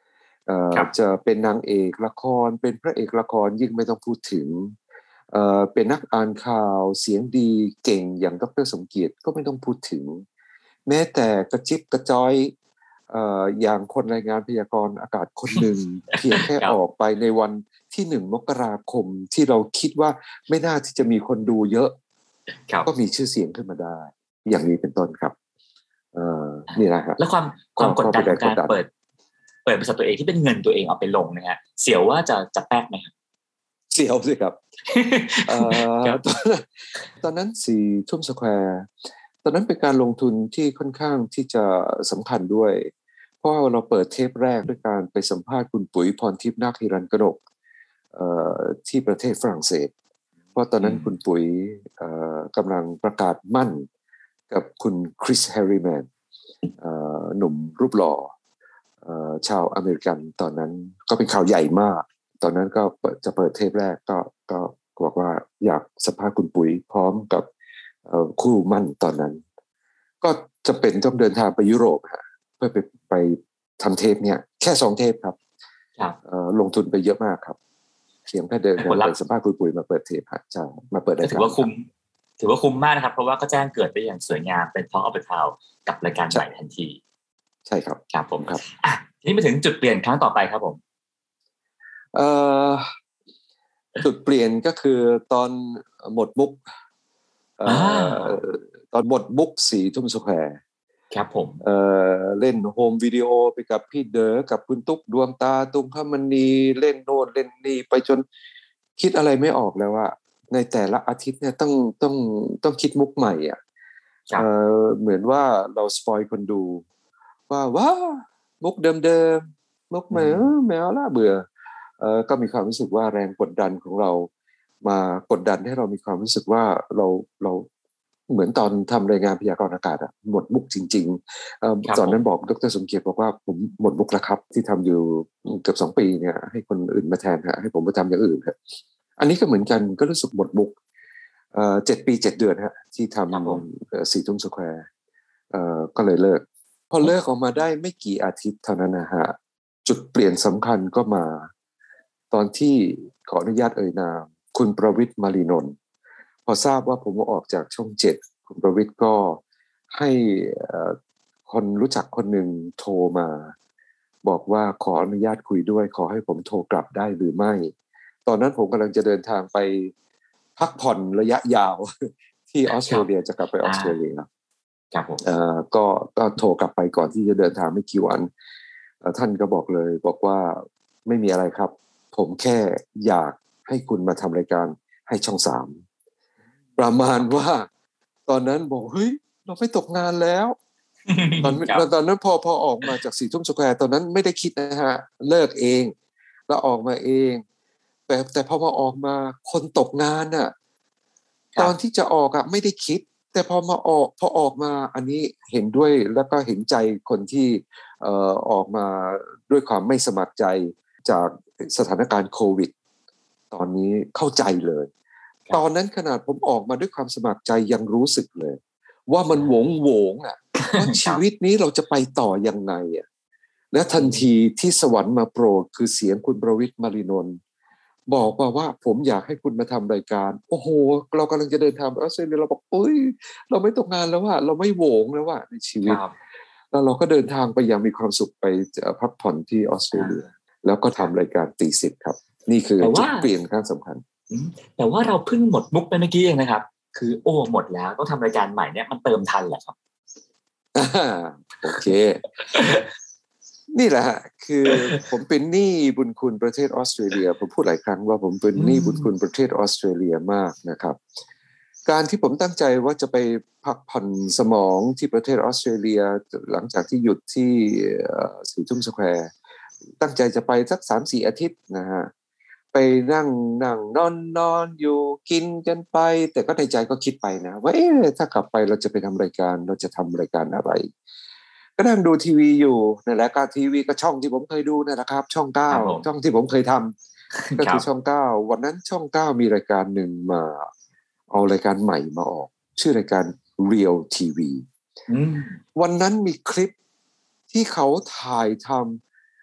เอ่อจะเป็นนางเอกละครเป็นพระเอกละครยิ่งไม่ต้องพูดถึงเอ่อเป็นนักอ่านข่าวเสียงดีเก่งอย่างดร.สมเกียรติก็ไม่ต้องพูดถึงแม้แต่กระจิบกระจ้อยเอ่ออย่างคนรายงานพยากรณ์อากาศคนหนึ่ง เพียงแค่ออกไปในวันที่หนึ่งมกราคมที่เราคิดว่าไม่น่าที่จะมีคนดูเยอะก็มีชื่อเสียงขึ้นมาได้อย่างนี้เป็นต้นครับเอ่อนี่แหละครับแล้วความความกดดันของการเปิดเปิดบริษัทตัวเองที่เป็นเงินตัวเองเอาไปลงนะฮะเสียวว่าจะจะแป๊กไหมครับเสียวสิครับเอ่อตอนนั้นตอนนั้นสี่ทุ่มสแควร์ตอนนั้นเป็นการลงทุนที่ค่อนข้างที่จะสำคัญด้วยเพราะว่าเราเปิดเทปแรกด้วยการไปสัมภาษณ์คุณปุ๋ยพรทิพย์นาคฮิรัญกนกเอ่อที่ประเทศฝรั่งเศสเพราะตอนนั้นคุณปุ๋ยเอ่อกำลังประกาศมั่นกับคุณคริสแฮร์รี่แมนเอ่อหนุ่มรูปหล่อเอ่อชาวอเมริกันตอนนั้นก็เป็นข่าวใหญ่มากตอนนั้นก็จะเปิดเทปแรกก็ก็บอกว่าอยากสัมภาษณ์คุณปุ๋ยพร้อมกับคู่มั่นตอนนั้นก็จะเป็นต้องเดินทางไปยุโรปฮะเพื่อไปไปทำเทปเนี่ยแค่สองเทปครับลงทุนไปเยอะมากครับเพียงแค่เดินทางไปสัมภาษณ์คุณปุ๋ยมาเปิดเทปฮะจะมาเปิดรายการถือว่าคุ้มถือว่าคุ้มมากนะครับเพราะว่าก็แจ้งเกิดไปอย่างสวยงามเป็นท้องเอาไปข่าวกับรายการใหม่ทันทีใช่ครับครับผมครับอ่ะทีนี้มาถึงจุดเปลี่ยนครั้งต่อไปครับผมเอ่อจุดเปลี่ยนก็คือตอนหมดมุกเอ่อตอนหมดมุกสี่ทุ่มสแควร์ครับผมเอ่อเล่นโฮมวิดีโอไปกับพี่เด๋อกับคุณตุ๊กดวงตาตุงคมณีเล่นโน่นเล่นนี่ไปจนคิดอะไรไม่ออกแล้วว่าในแต่ละอาทิตย์เนี่ยต้องต้องต้องคิดมุกใหม่อ่ะเอ่อเหมือนว่าเราสปอยคนดูว่าว้ามุกเดิมๆมุกใหม่แมวละเบื่อเอ่อก็มีความรู้สึกว่าแรงกดดันของเรามากดดันให้เรามีความรู้สึกว่าเราเราเหมือนตอนทำรายงานพยากรณ์อากาศอะหมดมุกจริงๆเอ่อตอนนั้นบอกดร.สมเกียรติบอกว่าผมหมดมุกแล้วครับที่ทำอยู่เกือบสองปีเนี่ยให้คนอื่นมาแทนฮะให้ผมไปทำอย่างอื่นครับอันนี้ก็เหมือนกันก็รู้สึกหมดมุกเอ่อเจ็ดปีเจ็ดเดือนฮะที่ทำสี่ทุ่มสแควร์เอ่อก็เลยเลิกพอเลิกออกมาได้ไม่กี่อาทิตย์เท่านั้นนะฮะจุดเปลี่ยนสำคัญก็มาตอนที่ขออนุญาตเอ่ยนามคุณประวิตร มาลีนนท์พอทราบว่าผมออกจากช่องเจ็ดคุณประวิตรก็ให้คนรู้จักคนหนึ่งโทรมาบอกว่าขออนุญาตคุยด้วยขอให้ผมโทรกลับได้หรือไม่ตอนนั้นผมกำลังจะเดินทางไปพักผ่อนระยะยาวที่ออสเตรเลียจะกลับไปออสเตรเลียครับผมเอ่อก็ก็โทรกลับไปก่อนที่จะเดินทางไม่กี่วันท่านก็บอกเลยบอกว่าไม่มีอะไรครับผมแค่อยากให้คุณมาทำรายการให้ช่องสามประมาณว่าตอนนั้นบอกเฮ้ยเราไม่ตกงานแล้วตอนตอนนั้นพอพอออกมาจากสี่ทุ่มสแควร์ตอนนั้นไม่ได้คิดนะฮะเลิกเองแล้วออกมาเองแต่แต่พอมาออกมาคนตกงานน่ะตอนที่จะออกอะไม่ได้คิดแต่พอมาออกพอออกมาอันนี้เห็นด้วยแล้วก็เห็นใจคนที่เอ่อออกมาด้วยความไม่สมัครใจจากสถานการณ์โควิดตอนนี้เข้าใจเลยตอนนั้นขนาดผมออกมาด้วยความสมัครใจยังรู้สึกเลยว่ามันโหวงโหวงอ่ะว่าชีวิตนี้เราจะไปต่อยังไงอ่ะและทันทีที่สวรรค์มาโปรดคือเสียงคุณประวิตร มาลีนนท์บอกว่าว่าผมอยากให้คุณมาทำรายการโอ้โหเรากำลังจะเดินทางไปออสเตรเลียเราบอกเอ้ยเราไม่ตกงานแล้วว่าเราไม่โหวงแล้วว่าในชีวิตแล้วเราก็เดินทางไปอย่างมีความสุขไปพักผ่อนที่ออสเตรเลียแล้วก็ทำรายการตีสิบครับนี่คือจุดเปลี่ยนครั้งสำคัญแต่ว่าเราเพิ่งหมดมุกไปเมื่อกี้เองนะครับคือโอ้หมดแล้วต้องทำรายการใหม่เนี่ยมันเติมทันแหละครับโอเคนี่แหละฮะคือผมเป็นหนี้บุญคุณประเทศออสเตรเลียผมพูดหลายครั้งว่าผมเป็นหนี้บุญคุณประเทศออสเตรเลียมากนะครับการที่ผมตั้งใจว่าจะไปพักผ่อนสมองที่ประเทศออสเตรเลียหลังจากที่หยุดที่สี่ทุ่มสแควร์ตั้งใจจะไปสัก สามสี่ อาทิตย์นะฮะไปนั่งนั่งนอนนอนอยู่กินกันไปแต่ก็ในใจก็คิดไปนะว่าเอ๊ะถ้ากลับไปเราจะไปทำรายการเราจะทำรายการอะไรก็นั่งดูทีวีอยู่ในรายการทีวีก็ช่องที่ผมเคยดูนั่นแหละครับช่องเก้าช่องที่ผมเคยทำก็คือช่องเก้าวันนั้นช่องเก้ามีรายการหนึ่งมาเอารายการใหม่มาออกชื่อรายการ Real ที วี วันนั้นมีคลิปที่เขาถ่ายทำ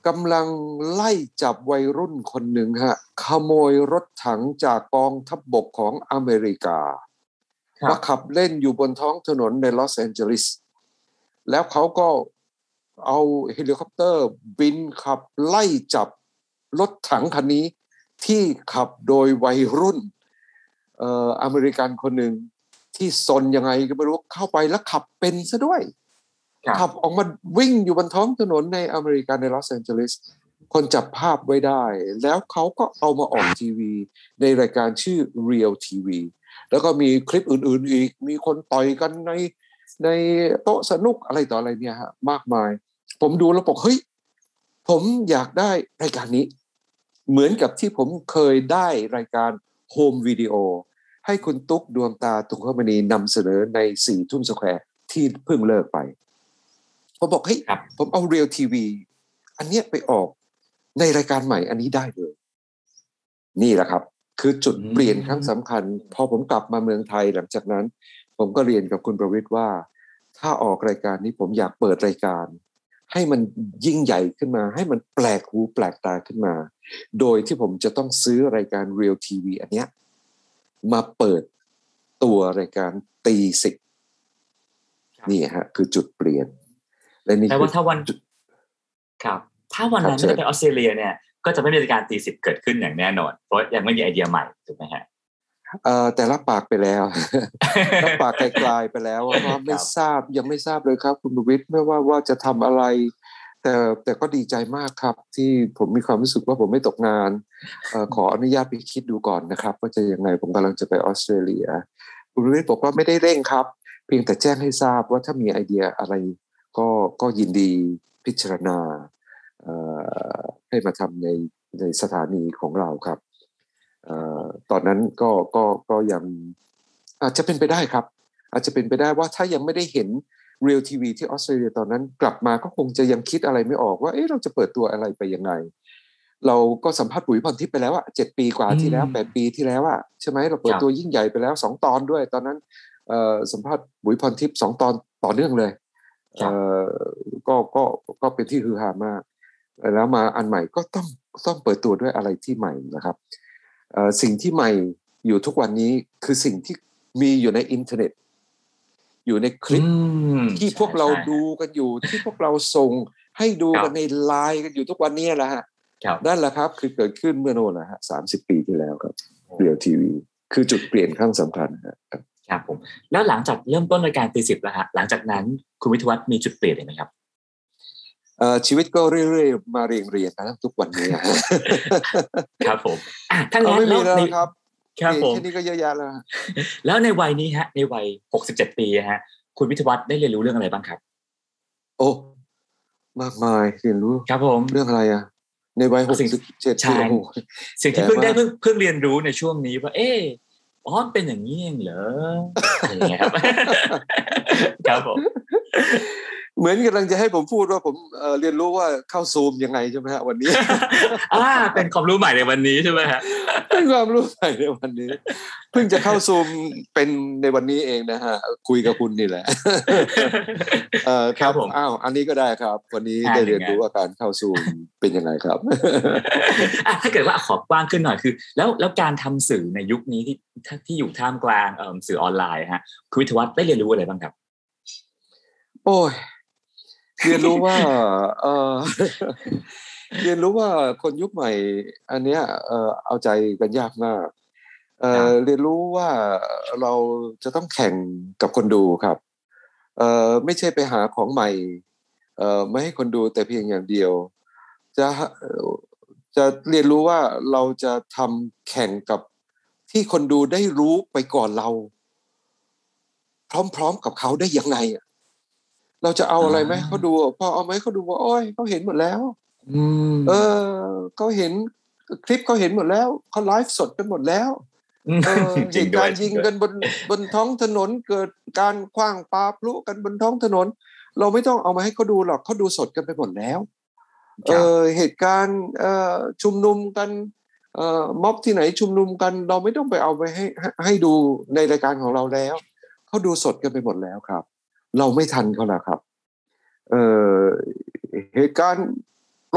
กำลังไล่จับวัยรุ่นคนหนึ่งฮะขโมยรถถังจากกองทัพบกของอเมริกามาขับเล่นอยู่บนท้องถนนในลอสแอนเจลิสแล้วเขาก็เอาเฮลิคอปเตอร์บินขับไล่จับรถถังคันนี้ที่ขับโดยวัยรุ่นเอ่ออเมริกันคนหนึ่งที่ซนยังไงก็ไม่รู้เข้าไปแล้วขับเป็นซะด้วยขับออกมาวิ่งอยู่บนท้องถนนในอเมริกาในลอสแอนเจลิสคนจับภาพไว้ได้แล้วเขาก็เอามาออกทีวีในรายการชื่อ Real ที วี แล้วก็มีคลิปอื่นๆอีกมีคนต่อยกันในในโต๊ะสนุกอะไรต่ออะไรเนี่ยฮะมากมายผมดูแล้วบอกเฮ้ยผมอยากได้รายการนี้เหมือนกับที่ผมเคยได้รายการโฮมวิดีโอให้คุณตุ๊กดวงตาตุงคมณีนำเสนอในสี่ทุ่มสแควร์ที่เพิ่งเลิกไปผมบอกเฮ้ยผมเอา Real ที วี อันเนี้ยไปออกในรายการใหม่อันนี้ได้เลยนี่แหละครับคือจุดเปลี่ยนครั้งสำคัญพอผมกลับมาเมืองไทยหลังจากนั้นผมก็เรียนกับคุณประวิตรว่าถ้าออกรายการนี้ผมอยากเปิดรายการให้มันยิ่งใหญ่ขึ้นมาให้มันแปลกหูแปลกตาขึ้นมาโดยที่ผมจะต้องซื้อรายการ Real ที วี อันเนี้ยมาเปิดตัวรายการตีสิบนี่ฮะคือจุดเปลี่ยนและนี่คือถ้าวันครับถ้าวันนั้นไม่ได้ไปออสเตรเลียเนี่ยก็จะไม่มีรายการตีสิบเกิดขึ้นอย่างแน่นอนเพราะยังไม่มีไอเดียใหม่ถูกไหมฮะเอ่อแต่รับปากไปแล้ว รับปากไกลๆไปแล้วว่าไม่ทราบยังไม่ทราบเลยครับคุณประวิตรไม่ว่าว่าจะทำอะไรแต่แต่ก็ดีใจมากครับที่ผมมีความรู้สึกว่าผมไม่ตกงานเอ่อขออนุญาตไปคิดดูก่อนนะครับว่าจะยังไงผมกำลังจะไปออสเตรเลียคุณประวิตรบอกว่าไม่ได้เร่งครับเพียงแต่แจ้งให้ทราบว่าถ้ามีไอเดียอะไรก็ก็ยินดีพิจารณาเอ่อให้มาทำในในสถานีของเราครับเอ่อตอนนั้นก็ก็ก็ยังอาจจะเป็นไปได้ครับอาจจะเป็นไปได้ว่าถ้ายังไม่ได้เห็น Real ที วี ที่ออสเตรเลียตอนนั้นกลับมาก็คงจะยังคิดอะไรไม่ออกว่าเอ๊ะเราจะเปิดตัวอะไรไปยังไงเราก็สัมภาษณ์ปุ๋ยพรทิพย์ไปแล้วอะเจ็ดปีกว่าที่แล้วแปดปีที่แล้วอะใช่ไหมเราเปิดตัวยิ่งใหญ่ไปแล้วสองตอนด้วยตอนนั้นเอ่อสัมภาษณ์ปุ๋ยพรทิพย์สองตอนต่อเนื่องเลยเอ่อก็ก็ก็เป็นที่ฮือฮามากแล้วมาอันใหม่ก็ต้องต้องเปิดตัวด้วยอะไรที่ใหม่นะครับเอ่อสิ่งที่ใหม่อยู่ทุกวันนี้คือสิ่งที่มีอยู่ในอินเทอร์เน็ตอยู่ในคลิปที่พวกเราดูกันอยู่ที่พวกเราส่งให้ดูกันในไลน์กันอยู่ทุกวันนี้แหละฮะนั่นแหละครับคือเกิดขึ้นเมื่อโน่นนะฮะสามสิบปีที่แล้วครับ Real ที วี คือจุดเปลี่ยนครั้งสำคัญครับครับผมแล้วหลังจากเริ่มต้นรายการตีสิบแล้วฮะหลังจากนั้นคุณวิทยวัฒน์มีจุดเปลี่ยนไหมครับเอ่อชีวิตก็เรื่อยๆมาเรียงเรียงกันทุกวันนี้ครับผมอ่ะท่านแล้วไม่มีแล้วครับครับผมแค่นี้ก็เยอะแยะแล้วแล้วในวัยนี้ฮะในวัยหกสิบเจ็ดปีฮะคุณวิทยวัฒน์ได้เรียนรู้เรื่องอะไรบ้างครับโอ้มากมายเรียนรู้ครับผมเรื่องอะไรอ่ะในวัยหกสิบเจ็ดปีโอ้โหสิ่งที่เพิ่งได้เพิ่งเพิ่งเรียนรู้ในช่วงนี้ว่าเอออ๋อเป็นอย่างนี้เองเหรออะไรเงี้ยครับครับผมเหมือนกำลังจะให้ผมพูดว่าผมเอ่อเรียนรู้ว่าเข้าซูมยังไงใช่ไหมฮะวันนี้อ่าเป็นความรู้ใหม่ในวันนี้ใช่ไหมฮะเป็นความรู้ใหม่ในวันนี้เพิ่งจะเข้าซูมเป็นในวันนี้เองนะฮะคุยกับคุณนี่แหละเอ่อครับอ้าวอันนี้ก็ได้ครับวันนี้ได้เรียนรู้ว่าการเข้าซูมเป็นยังไงครับอ่ะถ้าเกิดว่าขอบกว้างขึ้นหน่อยคือแล้วแล้วการทำสื่อในยุคนี้ที่ที่อยู่ท่ามกลางเอ่อสื่อออนไลน์ฮะคุณวิทยวัฒน์ได้เรียนรู้อะไรบ้างครับโอ้ยเรียนรู้ว่าเออเรียนรู้ว่าคนยุคใหม่อันเนี้ยเออเอาใจกันยากมากเออเรียนรู้ว่าเราจะต้องแข่งกับคนดูครับเออไม่ใช่ไปหาของใหม่เออไม่ให้คนดูแต่เพียงอย่างเดียวจะจะเรียนรู้ว่าเราจะทำแข่งกับที่คนดูได้รู้ไปก่อนเราพร้อมๆกับเขาได้ยังไงอ่ะเราจะเอาอะไรไหมเขาดูพอเอาไหมเขาดูว่าโอ้ยเขาเห็นหมดแล้วเออเขาเห็นคลิปเขาเห็นหมดแล้วเขาไลฟ์สดกันหมดแล้วเออเหตุการณ์ยิงกันบนบนท้องถนนเกิดการขว้างปาพลุกันบนท้องถนนเราไม่ต้องเอามาให้เขาดูหรอกเขาดูสดกันไปหมดแล้วเออเหตุการณ์เอ่อชุมนุมกันเอ่อม็อบที่ไหนชุมนุมกันเราไม่ต้องไปเอาไปให้ให้ดูในรายการของเราแล้วเขาดูสดกันไปหมดแล้วครับเราไม่ทันเขาแล้วครับเอ่อเหตุการณ์ปลด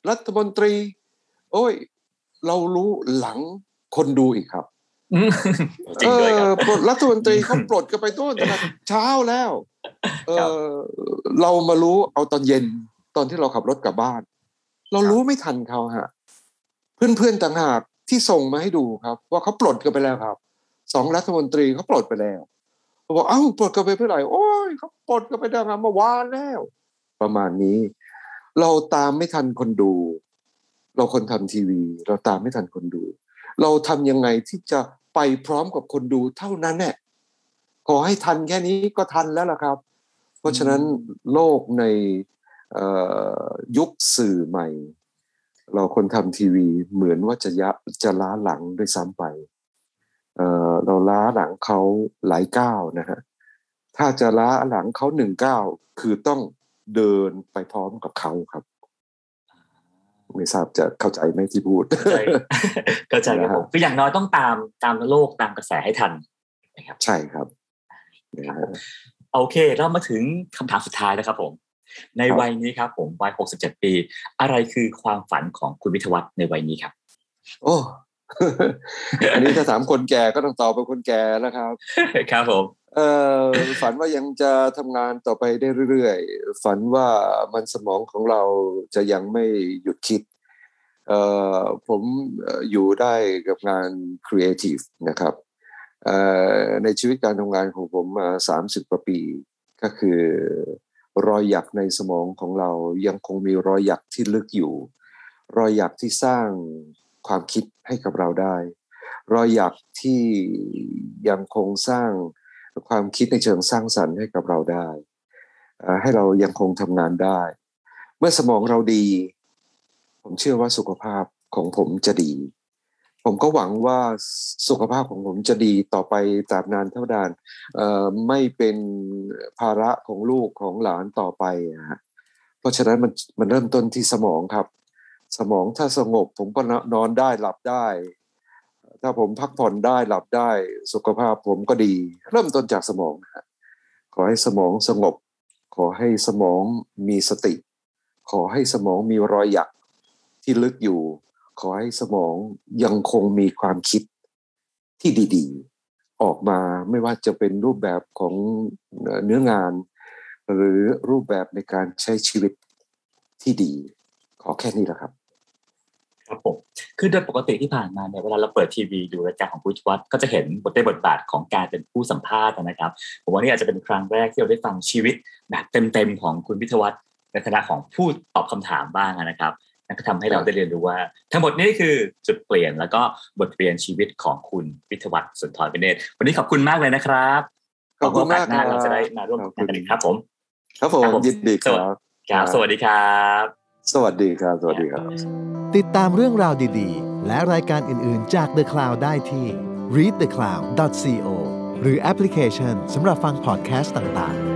รัฐมนตรีโอ้ยเรารู้หลังคนดูอีกครับจริงด้วยครับปลดรัฐมนตรีเขาปลดกันไปต้นแต่เช้าแล้วเออเรามารู้เอาตอนเย็นตอนที่เราขับรถกลับบ้านเรารู้ไม่ทันเขาฮะเพื่อนๆต่างหากที่ส่งมาให้ดูครับว่าเขาปลดกันไปแล้วครับสองรัฐมนตรีเขาปลดไปแล้วบอกเอ้าปลดกันไปเพื่ออะไรโอ้ยเขาปลดกันไปตั้งแต่เมื่อวานแล้วประมาณนี้เราตามไม่ทันคนดูเราคนทำทีวีเราตามไม่ทันคนดูเราทำยังไงที่จะไปพร้อมกับคนดูเท่านั้นแหละขอให้ทันแค่นี้ก็ทันแล้วล่ะครับเพราะฉะนั้นโลกในยุคสื่อใหม่เราคนทำทีวีเหมือนว่าจะยะจะล้าหลังด้วยซ้ำไป เอ่อเราล้าหลังเขาหลายก้าวนะฮะถ้าจะล้าหลังเขาหนึ่งก้าวคือต้องเดินไปพร้อมกับเขาครับไม่ทราบจะเข้าใจไหมที่พูดเข้าใจครับผมคืออย่างน้อยต้องตามตามโลกตามกระแสให้ทันนะครับใช่ครับโอเคเรามาถึงคำถามสุดท้ายนะครับผมในวัยนี้ครับผมวัยหกสิบเจ็ดปีอะไรคือความฝันของคุณวิทยวัฒน์ในวัยนี้ครับโอ้อันนี้ถ้าถามคนแก่ก็ต้องตอบเป็นคนแก่แล้วครับครับผมเอ่อฝันว่ายังจะทำงานต่อไปได้เรื่อยๆฝันว่ามันสมองของเราจะยังไม่หยุดคิดเอ่อผมอยู่ได้กับงานครีเอทีฟนะครับเอ่อในชีวิตการทำงานของผมมาสามสิบกว่าปีก็คือรอยหยักในสมองของเรายังคงมีรอยหยักที่ลึกอยู่รอยหยักที่สร้างความคิดให้กับเราได้รอยหยักที่ยังคงสร้างความคิดในเชิงสร้างสรรค์ให้กับเราได้ให้เรายังคงทำงานได้เมื่อสมองเราดีผมเชื่อว่าสุขภาพของผมจะดีผมก็หวังว่าสุขภาพของผมจะดีต่อไปตราบนานเท่านานไม่เป็นภาระของลูกของหลานต่อไปฮะเพราะฉะนั้นมันมันเริ่มต้นที่สมองครับสมองถ้าสงบผมก็นอนได้หลับได้ถ้าผมพักผ่อนได้หลับได้สุขภาพผมก็ดีเริ่มต้นจากสมองนะขอให้สมองสงบขอให้สมองมีสติขอให้สมองมีรอยหยักที่ลึกอยู่ขอให้สมองยังคงมีความคิดที่ดีๆออกมาไม่ว่าจะเป็นรูปแบบของเนื้องานหรือรูปแบบในการใช้ชีวิตที่ดีขอแค่นี้แหละครับครับผมคือโดยปกติที่ผ่านมาเนี่ยเวลาเราเปิดทีวีดูรายการของคุณวิทยวัฒน์ก็จะเห็นบทบาทของการเป็นผู้สัมภาษณ์นะครับผมว่านี่อาจจะเป็นครั้งแรกที่เราได้ฟังชีวิตแบบเต็มๆของคุณวิทยวัฒน์ในฐานะของผู้ตอบคำถามบ้างนะครับนั่นก็ทำให้เราได้เรียนรู้ว่าทั้งหมดนี้คือจุดเปลี่ยนแล้วก็บทเรียนชีวิตของคุณวิทยวัฒน์สุนทรวิเนศวันนี้ขอบคุณมากเลยนะครับขอบคุณมากครับเราจะได้มาร่วมกันกันอีกครับผมครับผมยินดีครับครับสวัสดีครับสวัสดีครับสวัสดีครับติดตามเรื่องราวดีๆและรายการอื่นๆจาก The Cloud ได้ที่ รีด เดอะ คลาวด์ ดอท ซี โอ หรือแอปพลิเคชันสำหรับฟังพอดแคสต์ต่างๆ